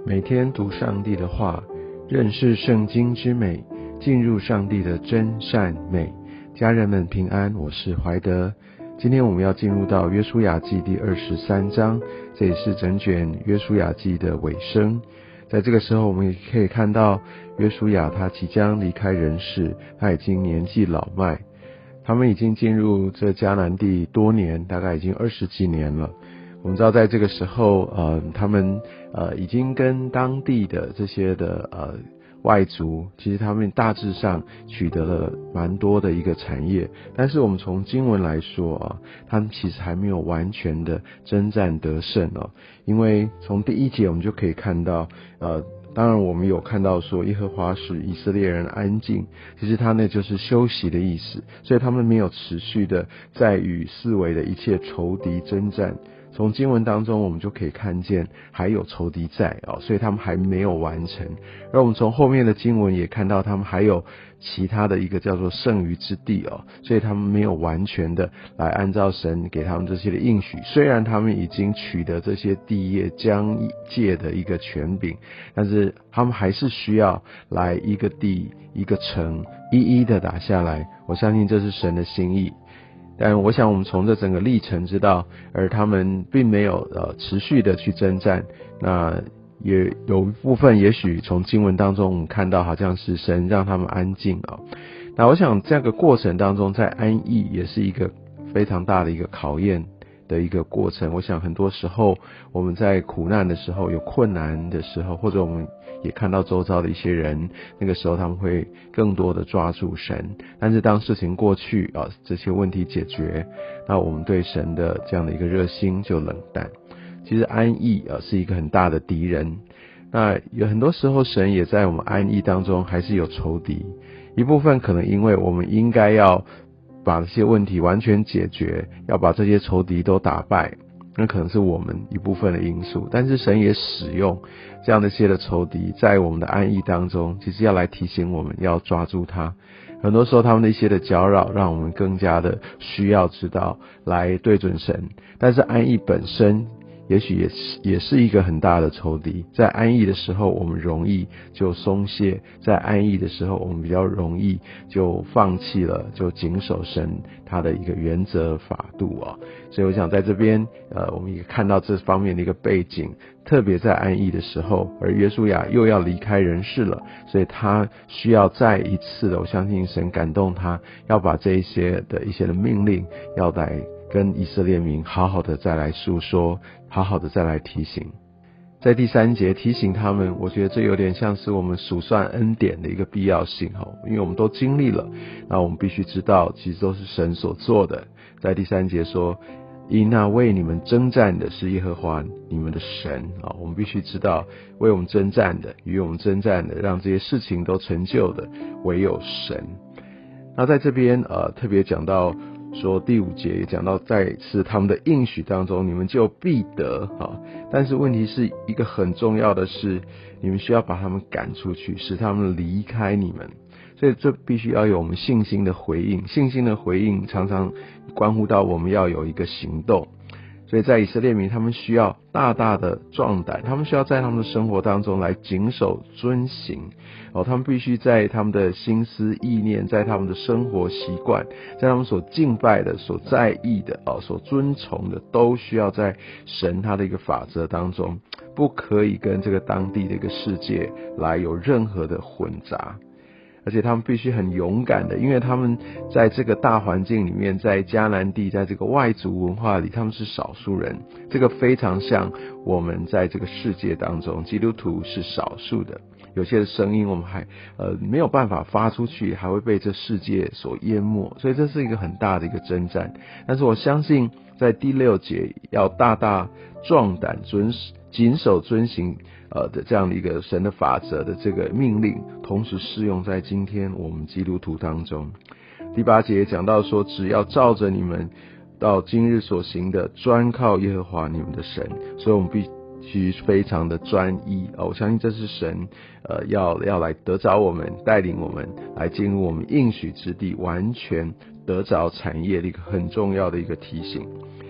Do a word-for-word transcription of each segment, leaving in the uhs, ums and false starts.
每天读上帝的话，认识圣经之美，进入上帝的真善美。家人们平安，我是怀德。今天我们要进入到约书亚记第二十三章，这也是整卷约书亚记的尾声。在这个时候，我们也可以看到约书亚他即将离开人世，他已经年纪老迈。他们已经进入这迦南地多年，大概已经二十几年了。我们知道在这个时候呃他们呃已经跟当地的这些的呃外族，其实他们大致上取得了蛮多的一个产业，但是我们从经文来说啊，他们其实还没有完全的征战得胜哦。因为从第一节我们就可以看到呃当然我们有看到说耶和华使以色列人安静，其实他那就是休息的意思，所以他们没有持续的在与四围的一切仇敌征战。从经文当中我们就可以看见还有仇敌在哦，所以他们还没有完成。而我们从后面的经文也看到他们还有其他的一个叫做剩余之地哦，所以他们没有完全的来按照神给他们这些的应许。虽然他们已经取得这些地业疆界的一个权柄，但是他们还是需要来一个地一个城一一的打下来。我相信这是神的心意。但我想我们从这整个历程知道，而他们并没有呃持续的去征战，那也有一部分也许从经文当中我们看到好像是神让他们安静啊、哦。那我想这个过程当中在安逸也是一个非常大的一个考验的一个过程。我想很多时候我们在苦难的时候，有困难的时候，或者我们也看到周遭的一些人，那个时候他们会更多的抓住神，但是当事情过去啊，这些问题解决，那我们对神的这样的一个热心就冷淡。其实安逸啊是一个很大的敌人。那有很多时候神也在我们安逸当中还是有仇敌，一部分可能因为我们应该要把这些问题完全解决，要把这些仇敌都打败，那可能是我们一部分的因素。但是神也使用这样的一些的仇敌在我们的安逸当中，其实要来提醒我们要抓住它。很多时候他们的一些的搅扰让我们更加的需要知道来对准神，但是安逸本身也许也是也是一个很大的仇敌。在安逸的时候我们容易就松懈，在安逸的时候我们比较容易就放弃了，就谨守神他的一个原则法度啊。所以我想在这边呃，我们也看到这方面的一个背景，特别在安逸的时候，而约书亚又要离开人世了，所以他需要再一次的，我相信神感动他，要把这一些的一些的命令要来跟以色列民好好的再来诉说，好好的再来提醒。在第三节提醒他们，我觉得这有点像是我们数算恩典的一个必要性，因为我们都经历了，那我们必须知道其实都是神所做的。在第三节说，因那为你们征战的是耶和华你们的神，我们必须知道为我们征战的，与我们征战的，让这些事情都成就的唯有神。那在这边呃特别讲到说第五节也讲到，再次他们的应许当中，你们就必得啊。但是问题是一个很重要的是，你们需要把他们赶出去，使他们离开你们。所以这必须要有我们信心的回应，信心的回应常常关乎到我们要有一个行动。所以在以色列民他们需要大大的壮胆，他们需要在他们的生活当中来谨守遵行哦，他们必须在他们的心思意念，在他们的生活习惯，在他们所敬拜的，所在意的哦，所尊崇的，都需要在神他的一个法则当中，不可以跟这个当地的一个世界来有任何的混杂。而且他们必须很勇敢的，因为他们在这个大环境里面，在迦南地，在这个外族文化里，他们是少数人。这个非常像我们在这个世界当中，基督徒是少数的，有些的声音我们还呃没有办法发出去，还会被这世界所淹没，所以这是一个很大的一个征战。但是我相信在第六节要大大壮胆，遵谨守遵行呃的这样的一个神的法则的这个命令，同时适用在今天我们基督徒当中。第八节讲到说，只要照着你们到今日所行的，专靠耶和华你们的神。所以我们必须非常的专一、哦、我相信这是神呃要要来得着我们，带领我们来进入我们应许之地，完全得着产业的一个很重要的一个提醒。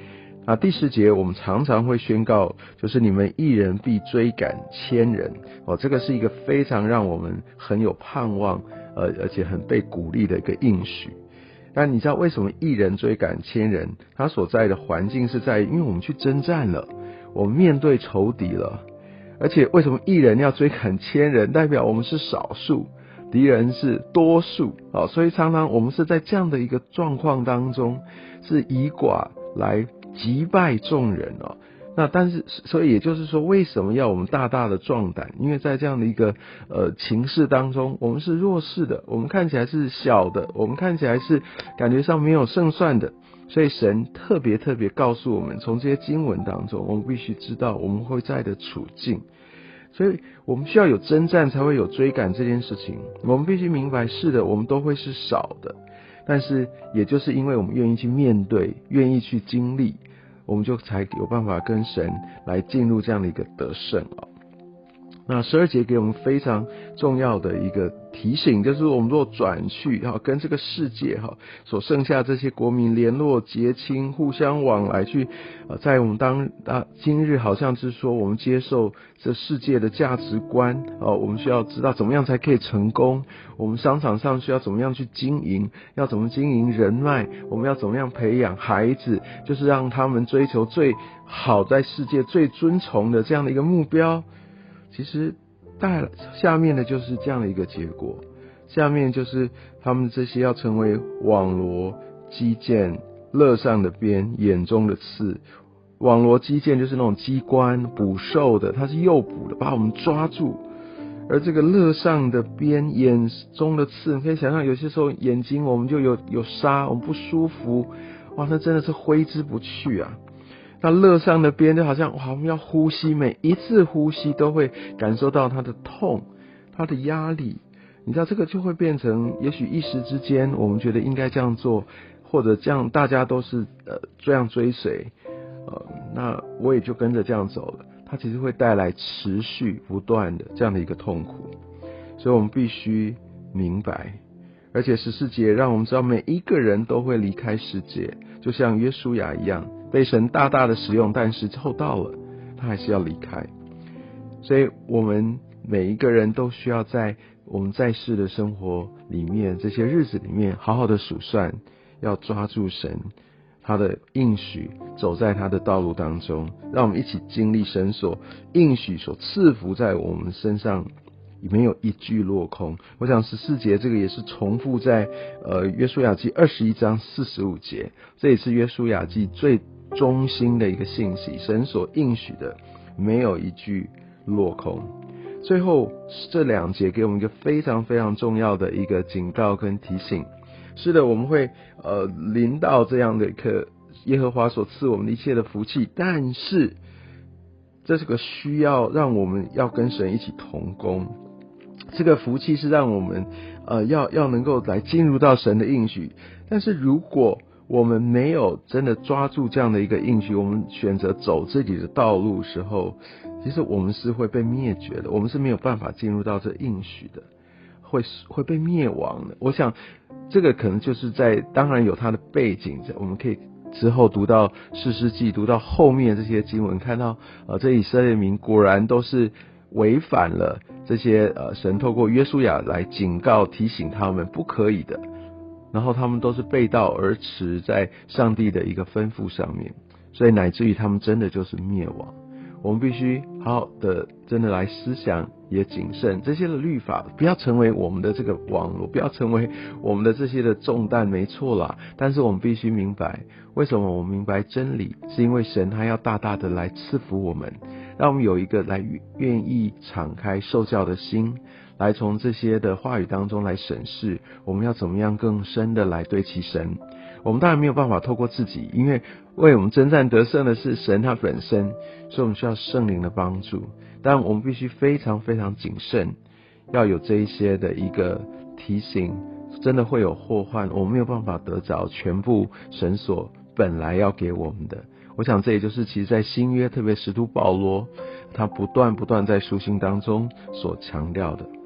啊，第十节我们常常会宣告，就是你们一人必追赶千人哦，这个是一个非常让我们很有盼望，呃，而且很被鼓励的一个应许。但你知道为什么一人追赶千人？他所在的环境是在于，因为我们去征战了，我们面对仇敌了，而且为什么一人要追赶千人？代表我们是少数，敌人是多数啊，所以常常我们是在这样的一个状况当中，是以寡来击败众人哦。那但是，所以也就是说，为什么要我们大大的壮胆？因为在这样的一个呃情势当中，我们是弱势的，我们看起来是小的，我们看起来是感觉上没有胜算的。所以神特别特别告诉我们，从这些经文当中，我们必须知道我们会在的处境。所以我们需要有征战，才会有追赶这件事情。我们必须明白，是的，我们都会是少的，但是也就是因为我们愿意去面对，愿意去经历，我们就才有办法跟神来进入这样的一个得胜啊。那十二节给我们非常重要的一个提醒，就是我们若转去哈，跟这个世界哈所剩下这些国民联络结亲，互相往来去，呃，在我们当啊今日好像是说我们接受这世界的价值观啊，我们需要知道怎么样才可以成功，我们商场上需要怎么样去经营，要怎么经营人脉，我们要怎么样培养孩子，就是让他们追求最好在世界最尊崇的这样的一个目标。其实带下面的就是这样的一个结果，下面就是他们这些要成为网罗、机剑、肋上的鞭、眼中的刺。网罗机剑就是那种机关捕兽的，它是诱捕的，把我们抓住。而这个肋上的鞭、眼中的刺，你可以想象有些时候眼睛我们就有有沙，我们不舒服，哇，那真的是挥之不去啊。那肋上的鞭就好像哇，我们要呼吸，每一次呼吸都会感受到它的痛，它的压力。你知道这个就会变成，也许一时之间我们觉得应该这样做，或者这样大家都是呃这样追随，呃，那我也就跟着这样走了。它其实会带来持续不断的这样的一个痛苦，所以我们必须明白。而且十四节让我们知道，每一个人都会离开世界，就像约书亚一样，被神大大的使用，但是后到了，他还是要离开。所以我们每一个人都需要在我们在世的生活里面，这些日子里面，好好的数算，要抓住神他的应许，走在他的道路当中，让我们一起经历神所应许所赐福在我们身上，没有一句落空。我想十四节这个也是重复在呃约书亚记二十一章四十五节，这也是约书亚记最中心的一个信息，神所应许的没有一句落空。最后这两节给我们一个非常非常重要的一个警告跟提醒。是的，我们会呃临到这样的一个耶和华所赐我们一切的福气，但是这是个需要让我们要跟神一起同工。这个福气是让我们呃要要能够来进入到神的应许，但是如果我们没有真的抓住这样的一个应许，我们选择走自己的道路的时候，其实我们是会被灭绝的，我们是没有办法进入到这应许的，会会被灭亡的。我想这个可能就是在当然有它的背景，我们可以之后读到士师记，读到后面这些经文，看到呃这以色列民果然都是违反了这些呃神透过约书亚来警告提醒他们不可以的，然后他们都是背道而驰在上帝的一个吩咐上面，所以乃至于他们真的就是灭亡。我们必须好好的真的来思想，也谨慎这些的律法，不要成为我们的这个网络，不要成为我们的这些的重担，没错啦。但是我们必须明白，为什么我们明白真理，是因为神他要大大的来赐福我们，让我们有一个来愿意敞开受教的心，来从这些的话语当中来审视我们要怎么样更深的来对齐神。我们当然没有办法透过自己，因为为我们征战得胜的是神他本身，所以我们需要圣灵的帮助。但我们必须非常非常谨慎，要有这一些的一个提醒，真的会有祸患，我们没有办法得着全部神所本来要给我们的。我想这也就是其实在新约，特别使徒保罗他不断不断在书信当中所强调的。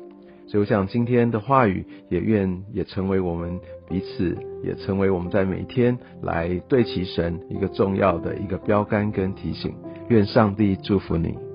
所以我想今天的话语也愿也成为我们彼此，也成为我们在每天来对齐神一个重要的一个标杆跟提醒。愿上帝祝福你。